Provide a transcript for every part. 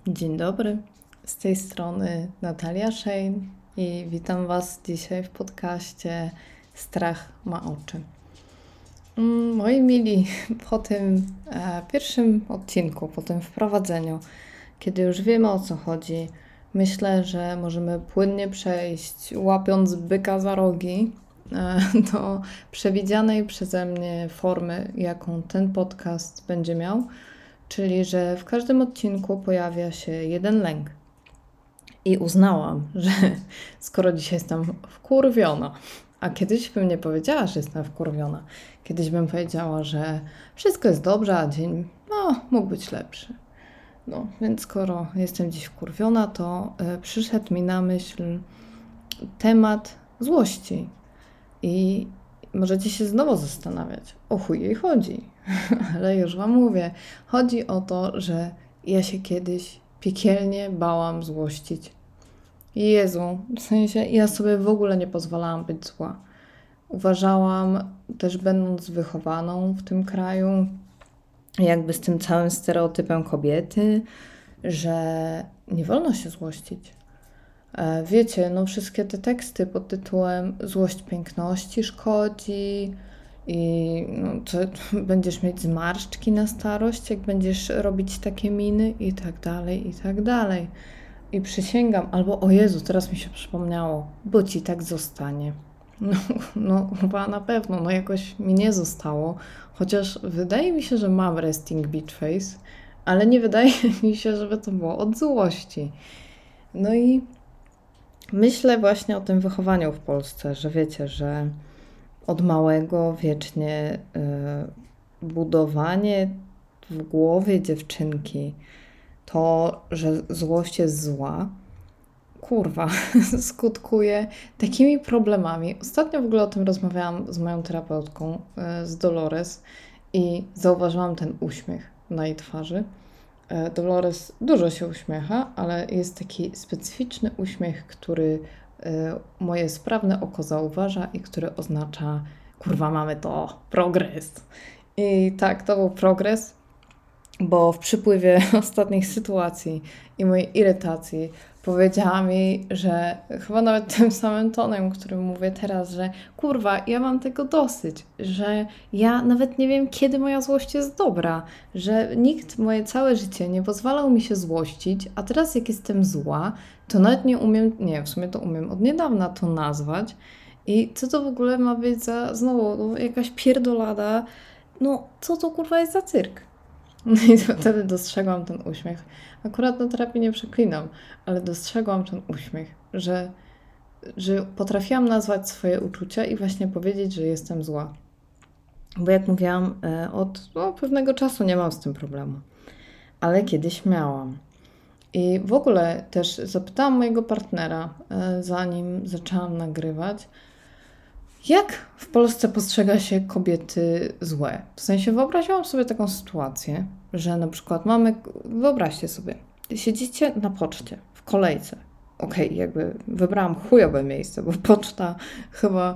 Dzień dobry, z tej strony Natalia Shane i witam Was dzisiaj w podcaście Strach ma oczy. Moi mili, po tym pierwszym odcinku, po tym wprowadzeniu, kiedy już wiemy o co chodzi, myślę, że możemy płynnie przejść, łapiąc byka za rogi, do przewidzianej przeze mnie formy, jaką ten podcast będzie miał. Czyli, że w każdym odcinku pojawia się jeden lęk. I uznałam, że skoro dzisiaj jestem wkurwiona, a kiedyś bym nie powiedziała, że jestem wkurwiona, kiedyś bym powiedziała, że wszystko jest dobrze, a dzień mógł być lepszy. No, więc skoro jestem dziś wkurwiona, to przyszedł mi na myśl temat złości. I możecie się znowu zastanawiać, o chuj jej chodzi. Ale już Wam mówię, chodzi o to, że ja się kiedyś piekielnie bałam złościć. Jezu, w sensie ja sobie w ogóle nie pozwalałam być zła. Uważałam, też będąc wychowaną w tym kraju, jakby z tym całym stereotypem kobiety, że nie wolno się złościć. Wiecie, no wszystkie te teksty pod tytułem Złość piękności szkodzi i co, będziesz mieć zmarszczki na starość, jak będziesz robić takie miny i tak dalej, i tak dalej. I przysięgam, albo o Jezu, teraz mi się przypomniało, bo ci tak zostanie. No chyba na pewno, no jakoś mi nie zostało, chociaż wydaje mi się, że mam resting bitch face, ale nie wydaje mi się, żeby to było od złości. No i myślę właśnie o tym wychowaniu w Polsce, że wiecie, że od małego wiecznie budowanie w głowie dziewczynki to, że złość jest zła, kurwa, skutkuje takimi problemami. Ostatnio w ogóle o tym rozmawiałam z moją terapeutką, z Dolores i zauważyłam ten uśmiech na jej twarzy. Dolores dużo się uśmiecha, ale jest taki specyficzny uśmiech, który moje sprawne oko zauważa i który oznacza, kurwa, mamy to, progres. I tak, to był progres, bo w przypływie ostatnich sytuacji i mojej irytacji powiedziała mi, że chyba nawet tym samym tonem, którym mówię teraz, że kurwa, ja mam tego dosyć, że ja nawet nie wiem, kiedy moja złość jest dobra, że nikt moje całe życie nie pozwalał mi się złościć, a teraz jak jestem zła, to nawet nie umiem, nie, w sumie to umiem od niedawna to nazwać. I co to w ogóle ma być za, znowu, jakaś pierdolada, no co to kurwa jest za cyrk? No i wtedy dostrzegłam ten uśmiech. Akurat na terapii nie przeklinam, ale dostrzegłam ten uśmiech, że potrafiłam nazwać swoje uczucia i właśnie powiedzieć, że jestem zła. Bo jak mówiłam, od pewnego czasu nie mam z tym problemu. Ale kiedyś miałam. I w ogóle też zapytałam mojego partnera, zanim zaczęłam nagrywać, jak w Polsce postrzega się kobiety złe? W sensie wyobraziłam sobie taką sytuację, że na przykład wyobraźcie sobie, siedzicie na poczcie w kolejce. Okej, jakby wybrałam chujowe miejsce, bo poczta chyba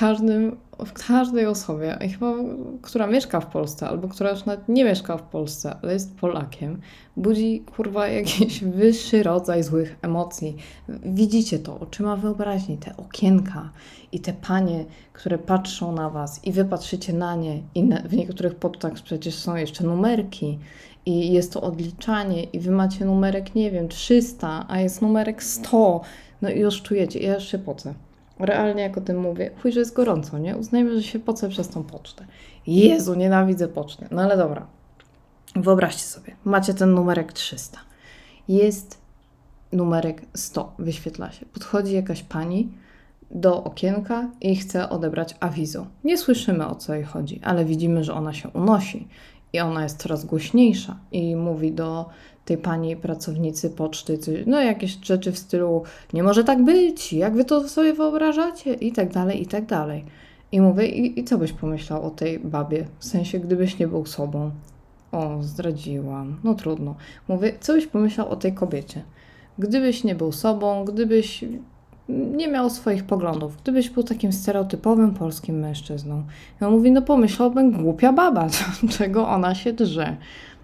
w każdej osobie, i chyba, która mieszka w Polsce, albo która już nawet nie mieszka w Polsce, ale jest Polakiem, budzi kurwa jakiś wyższy rodzaj złych emocji. Widzicie to oczyma wyobraźni, te okienka i te panie, które patrzą na was i wy patrzycie na nie i w niektórych pocztach przecież są jeszcze numerki i jest to odliczanie i wy macie numerek, nie wiem, 300, a jest numerek 100. No i już czujecie, ja już się pocę. Realnie jak o tym mówię, chuj, że jest gorąco, nie? Uznajmy, że się pocę przez tą pocztę. Jezu, nienawidzę poczty. No ale dobra. Wyobraźcie sobie, macie ten numerek 300. Jest numerek 100, wyświetla się. Podchodzi jakaś pani do okienka i chce odebrać awizo. Nie słyszymy, o co jej chodzi, ale widzimy, że ona się unosi i ona jest coraz głośniejsza i mówi do tej pani pracownicy poczty no jakieś rzeczy w stylu nie może tak być, jak wy to sobie wyobrażacie i tak dalej, i tak dalej. I mówię, i co byś pomyślał o tej babie? W sensie, gdybyś nie był sobą. O, zdradziłam. No trudno. Mówię, co byś pomyślał o tej kobiecie? Gdybyś nie był sobą, gdybyś nie miał swoich poglądów, gdybyś był takim stereotypowym polskim mężczyzną. I on mówi, no pomyślałbym, głupia baba, czego ona się drze.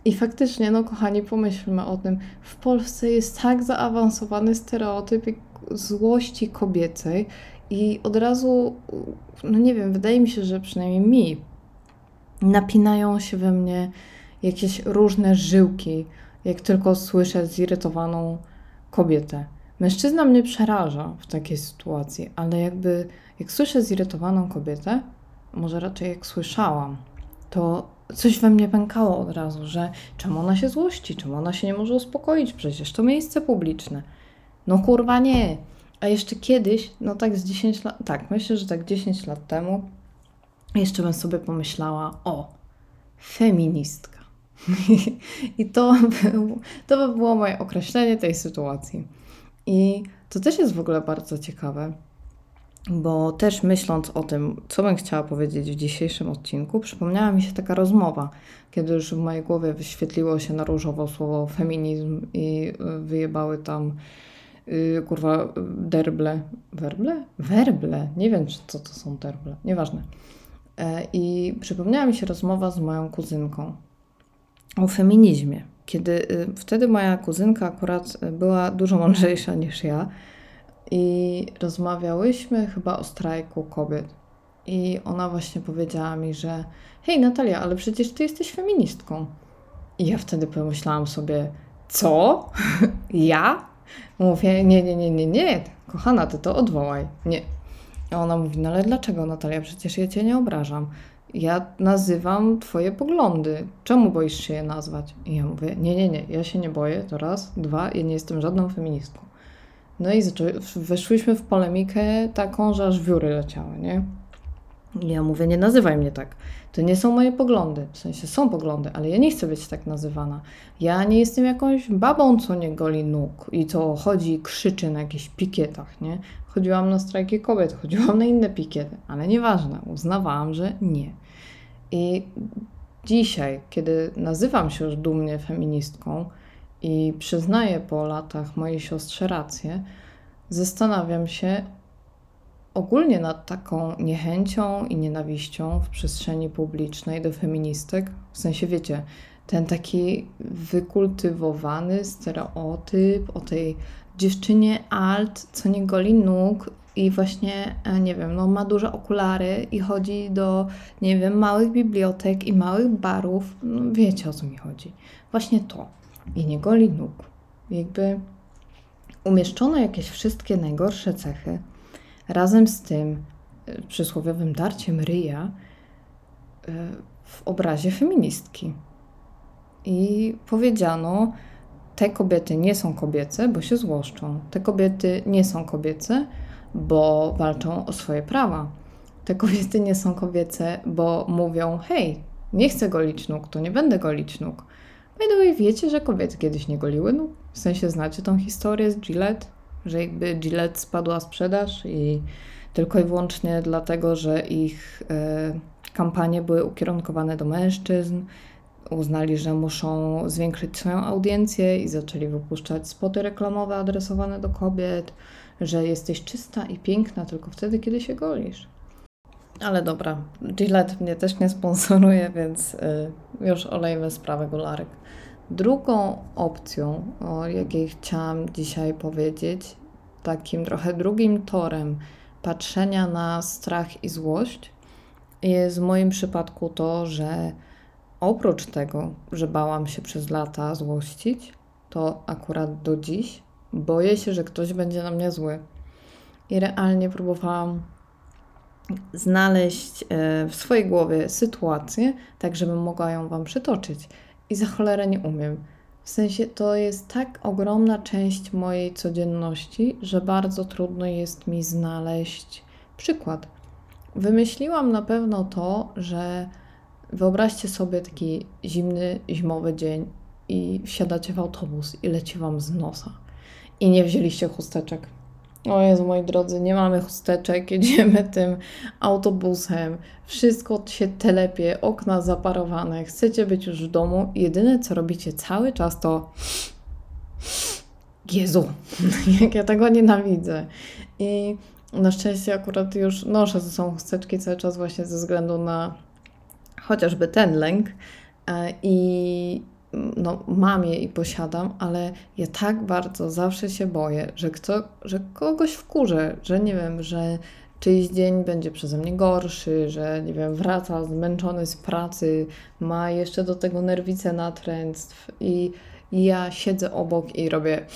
I faktycznie, no kochani, pomyślmy o tym. W Polsce jest tak zaawansowany stereotyp złości kobiecej i od razu, no nie wiem, wydaje mi się, że przynajmniej mi napinają się we mnie jakieś różne żyłki, jak tylko słyszę zirytowaną kobietę. Mężczyzna mnie przeraża w takiej sytuacji, ale jak słyszę zirytowaną kobietę, może raczej jak słyszałam, to coś we mnie pękało od razu, że czemu ona się złości, czemu ona się nie może uspokoić, przecież to miejsce publiczne. No kurwa nie. A jeszcze kiedyś, no tak z 10 lat, tak, myślę, że tak 10 lat temu, jeszcze bym sobie pomyślała, o, feministka. I to by było moje określenie tej sytuacji. I to też jest w ogóle bardzo ciekawe, bo też myśląc o tym, co bym chciała powiedzieć w dzisiejszym odcinku, przypomniała mi się taka rozmowa, kiedy już w mojej głowie wyświetliło się na różowo słowo feminizm i wyjebały tam kurwa derble, werble, nie wiem co to są derble, nieważne. I przypomniała mi się rozmowa z moją kuzynką o feminizmie, kiedy wtedy moja kuzynka akurat była dużo mądrzejsza niż ja i rozmawiałyśmy chyba o strajku kobiet. I ona właśnie powiedziała mi, że hej Natalia, ale przecież ty jesteś feministką. I ja wtedy pomyślałam sobie, co? Ja? Mówię, nie, kochana, ty to odwołaj. Nie. A ona mówi, no ale dlaczego Natalia? Przecież ja cię nie obrażam. Ja nazywam twoje poglądy. Czemu boisz się je nazwać? I ja mówię, nie, ja się nie boję, to raz. Dwa, ja nie jestem żadną feministką. No i weszłyśmy w polemikę taką, że aż wióry leciały, nie? I ja mówię, nie nazywaj mnie tak. To nie są moje poglądy. W sensie są poglądy, ale ja nie chcę być tak nazywana. Ja nie jestem jakąś babą, co nie goli nóg i co chodzi i krzyczy na jakichś pikietach, nie? Chodziłam na strajki kobiet, chodziłam na inne pikiety, ale nieważne, uznawałam, że nie. I dzisiaj, kiedy nazywam się już dumnie feministką i przyznaję po latach mojej siostrze rację, zastanawiam się ogólnie nad taką niechęcią i nienawiścią w przestrzeni publicznej do feministek. W sensie, wiecie, ten taki wykultywowany stereotyp o tej dziewczynie alt, co nie goli nóg i właśnie, nie wiem, no ma duże okulary i chodzi do, nie wiem, małych bibliotek i małych barów. No wiecie, o co mi chodzi. Właśnie to. I nie goli nóg. Jakby umieszczono jakieś wszystkie najgorsze cechy razem z tym przysłowiowym darciem ryja w obrazie feministki. I powiedziano, te kobiety nie są kobiece, bo się złoszczą. Te kobiety nie są kobiece, bo walczą o swoje prawa. Te kobiety nie są kobiece, bo mówią, hej, nie chcę golić nóg, to nie będę golić nóg. By the way, wiecie, że kobiety kiedyś nie goliły nóg? W sensie znacie tą historię z Gillette? Że jakby Gillette spadła sprzedaż i tylko i wyłącznie dlatego, że ich kampanie były ukierunkowane do mężczyzn, uznali, że muszą zwiększyć swoją audiencję i zaczęli wypuszczać spoty reklamowe adresowane do kobiet, że jesteś czysta i piękna tylko wtedy, kiedy się golisz. Ale dobra, Gillette mnie też nie sponsoruje, więc już olejmy sprawę golarek. Drugą opcją, o jakiej chciałam dzisiaj powiedzieć, takim trochę drugim torem patrzenia na strach i złość, jest w moim przypadku to, że oprócz tego, że bałam się przez lata złościć, to akurat do dziś boję się, że ktoś będzie na mnie zły. I realnie próbowałam znaleźć w swojej głowie sytuację, tak żebym mogła ją Wam przytoczyć. I za cholerę nie umiem. W sensie to jest tak ogromna część mojej codzienności, że bardzo trudno jest mi znaleźć przykład. Wymyśliłam na pewno to, że wyobraźcie sobie taki zimny, zimowy dzień i wsiadacie w autobus i leci Wam z nosa. I nie wzięliście chusteczek. O Jezu, moi drodzy, nie mamy chusteczek, jedziemy tym autobusem, wszystko się telepie, okna zaparowane, chcecie być już w domu, jedyne co robicie cały czas to Jezu, jak ja tego nienawidzę. I na szczęście akurat już noszę ze sobą chusteczki cały czas właśnie ze względu na chociażby ten lęk i no, mam je i posiadam, ale ja tak bardzo zawsze się boję, że kogoś wkurzę, że nie wiem, że czyjś dzień będzie przeze mnie gorszy, że nie wiem, wraca zmęczony z pracy, ma jeszcze do tego nerwice natręctw i ja siedzę obok i robię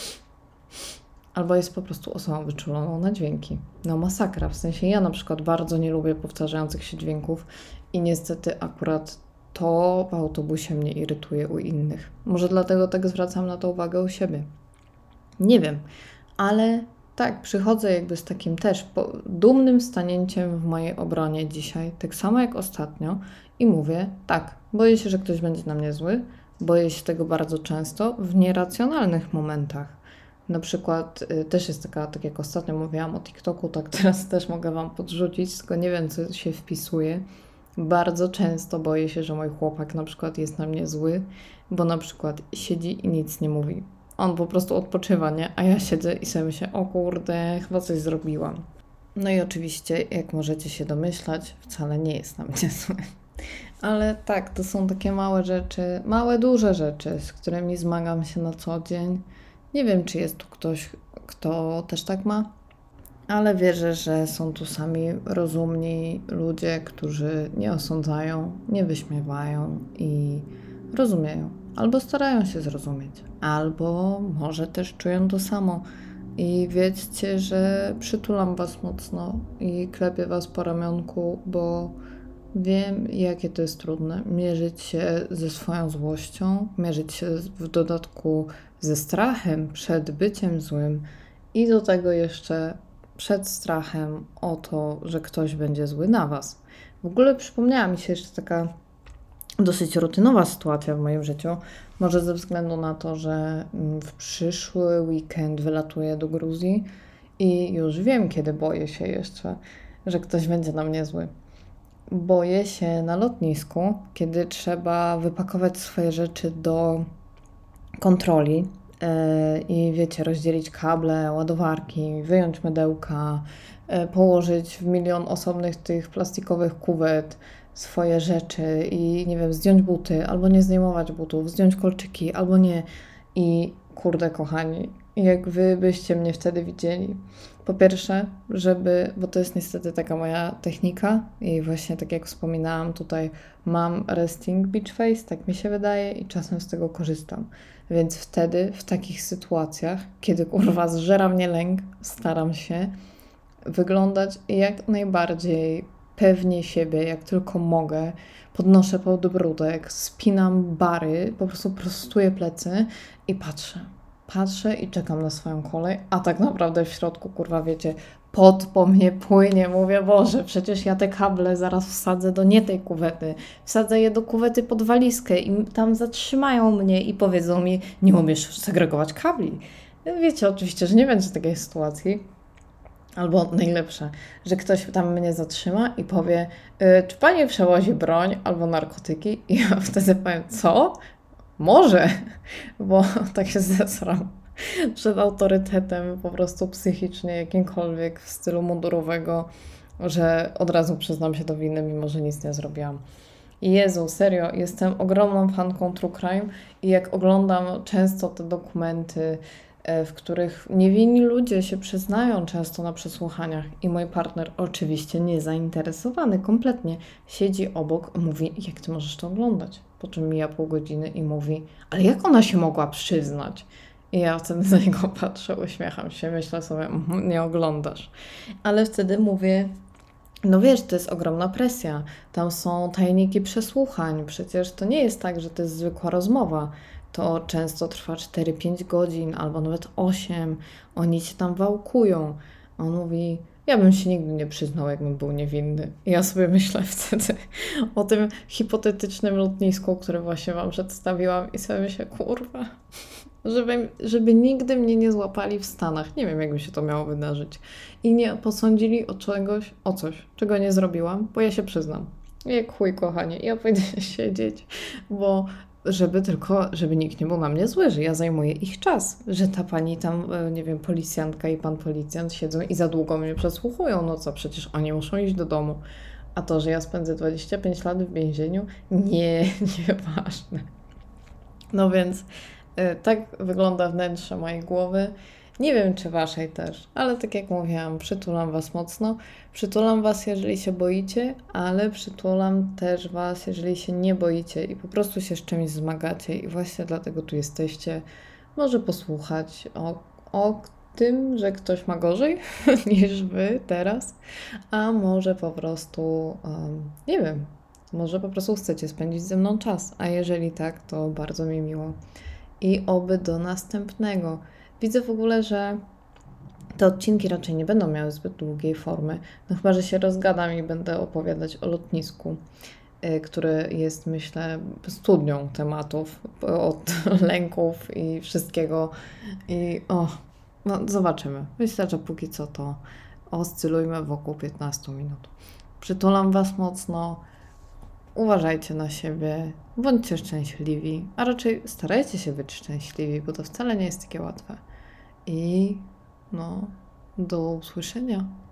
albo jest po prostu osobą wyczuloną na dźwięki. No masakra, w sensie ja na przykład bardzo nie lubię powtarzających się dźwięków i niestety akurat to w autobusie mnie irytuje u innych. Może dlatego tak zwracam na to uwagę u siebie. Nie wiem, ale tak, przychodzę jakby z takim też dumnym stanięciem w mojej obronie dzisiaj, tak samo jak ostatnio i mówię, tak, boję się, że ktoś będzie na mnie zły, boję się tego bardzo często w nieracjonalnych momentach. Na przykład też jest taka, tak jak ostatnio mówiłam o TikToku, tak teraz też mogę Wam podrzucić, tylko nie wiem, co się wpisuje. Bardzo często boję się, że mój chłopak na przykład jest na mnie zły, bo na przykład siedzi i nic nie mówi. On po prostu odpoczywa, nie? A ja siedzę i sobie myślę, o kurde, chyba coś zrobiłam. No i oczywiście, jak możecie się domyślać, wcale nie jest na mnie zły. Ale tak, to są takie małe rzeczy, małe, duże rzeczy, z którymi zmagam się na co dzień. Nie wiem, czy jest tu ktoś, kto też tak ma, ale wierzę, że są tu sami rozumni ludzie, którzy nie osądzają, nie wyśmiewają i rozumieją. Albo starają się zrozumieć, albo może też czują to samo. I wiedzcie, że przytulam Was mocno i klepię Was po ramionku, bo wiem, jakie to jest trudne. Mierzyć się ze swoją złością, mierzyć się w dodatku ze strachem przed byciem złym i do tego jeszcze przed strachem o to, że ktoś będzie zły na Was. W ogóle przypomniała mi się jeszcze taka dosyć rutynowa sytuacja w moim życiu. Może ze względu na to, że w przyszły weekend wylatuję do Gruzji i już wiem, kiedy boję się jeszcze, że ktoś będzie na mnie zły. Boję się na lotnisku, kiedy trzeba wypakować swoje rzeczy do kontroli i wiecie, rozdzielić kable, ładowarki, wyjąć mydełka, położyć w milion osobnych tych plastikowych kuwet swoje rzeczy i nie wiem, zdjąć buty, albo nie zdejmować butów, zdjąć kolczyki, albo nie. I kurde, kochani, jak wy byście mnie wtedy widzieli. Po pierwsze, bo to jest niestety taka moja technika i właśnie tak jak wspominałam, tutaj mam resting beach face, tak mi się wydaje i czasem z tego korzystam. Więc wtedy, w takich sytuacjach, kiedy kurwa zżera mnie lęk, staram się wyglądać jak najbardziej pewnie siebie, jak tylko mogę. Podnoszę podbródek, spinam bary, po prostu prostuję plecy i patrzę. Patrzę i czekam na swoją kolej, a tak naprawdę w środku, kurwa, wiecie, pot po mnie płynie. Mówię, Boże, przecież ja te kable zaraz wsadzę do nie tej kuwety. Wsadzę je do kuwety pod walizkę i tam zatrzymają mnie i powiedzą mi, nie umiesz segregować kabli. Wiecie, oczywiście, że nie będzie takiej sytuacji. Albo najlepsze, że ktoś tam mnie zatrzyma i powie, czy pani przewozi broń albo narkotyki? I ja wtedy powiem, co? Może, bo tak się zesram przed autorytetem po prostu psychicznie jakimkolwiek w stylu mundurowego, że od razu przyznam się do winy, mimo że nic nie zrobiłam. Jezu, serio, jestem ogromną fanką True Crime i jak oglądam często te dokumenty, w których niewinni ludzie się przyznają często na przesłuchaniach i mój partner oczywiście niezainteresowany kompletnie siedzi obok, mówi, jak ty możesz to oglądać? Po czym mija pół godziny i mówi, ale jak ona się mogła przyznać? I ja wtedy na niego patrzę, uśmiecham się, myślę sobie, nie oglądasz. Ale wtedy mówię, no wiesz, to jest ogromna presja. Tam są tajniki przesłuchań. Przecież to nie jest tak, że to jest zwykła rozmowa. To często trwa 4-5 godzin albo nawet 8. Oni cię tam wałkują. On mówi, ja bym się nigdy nie przyznał, jakbym był niewinny. I ja sobie myślę wtedy o tym hipotetycznym lotnisku, które właśnie Wam przedstawiłam i sobie myślę, kurwa, żeby nigdy mnie nie złapali w Stanach. Nie wiem, jakby się to miało wydarzyć. I nie posądzili o coś, czego nie zrobiłam, bo ja się przyznam. Jak chuj, kochanie. Ja pójdę siedzieć, bo żeby nikt nie był na mnie zły, że ja zajmuję ich czas, że ta pani tam, nie wiem, policjantka i pan policjant siedzą i za długo mnie przesłuchują. No co, przecież oni muszą iść do domu. A to, że ja spędzę 25 lat w więzieniu? Nie, nieważne. No więc tak wygląda wnętrze mojej głowy. Nie wiem, czy waszej też, ale tak jak mówiłam, przytulam was mocno. Przytulam was, jeżeli się boicie, ale przytulam też was, jeżeli się nie boicie i po prostu się z czymś zmagacie i właśnie dlatego tu jesteście. Może posłuchać o tym, że ktoś ma gorzej niż wy teraz, a może po prostu, nie wiem, może po prostu chcecie spędzić ze mną czas, a jeżeli tak, to bardzo mi miło. I oby do następnego. Widzę w ogóle, że te odcinki raczej nie będą miały zbyt długiej formy, no chyba, że się rozgadam i będę opowiadać o lotnisku, które jest, myślę, studnią tematów, od lęków i wszystkiego. I no, zobaczymy. Myślę, że póki co to oscylujmy wokół 15 minut. Przytulam Was mocno, uważajcie na siebie, bądźcie szczęśliwi, a raczej starajcie się być szczęśliwi, bo to wcale nie jest takie łatwe. I no, do usłyszenia.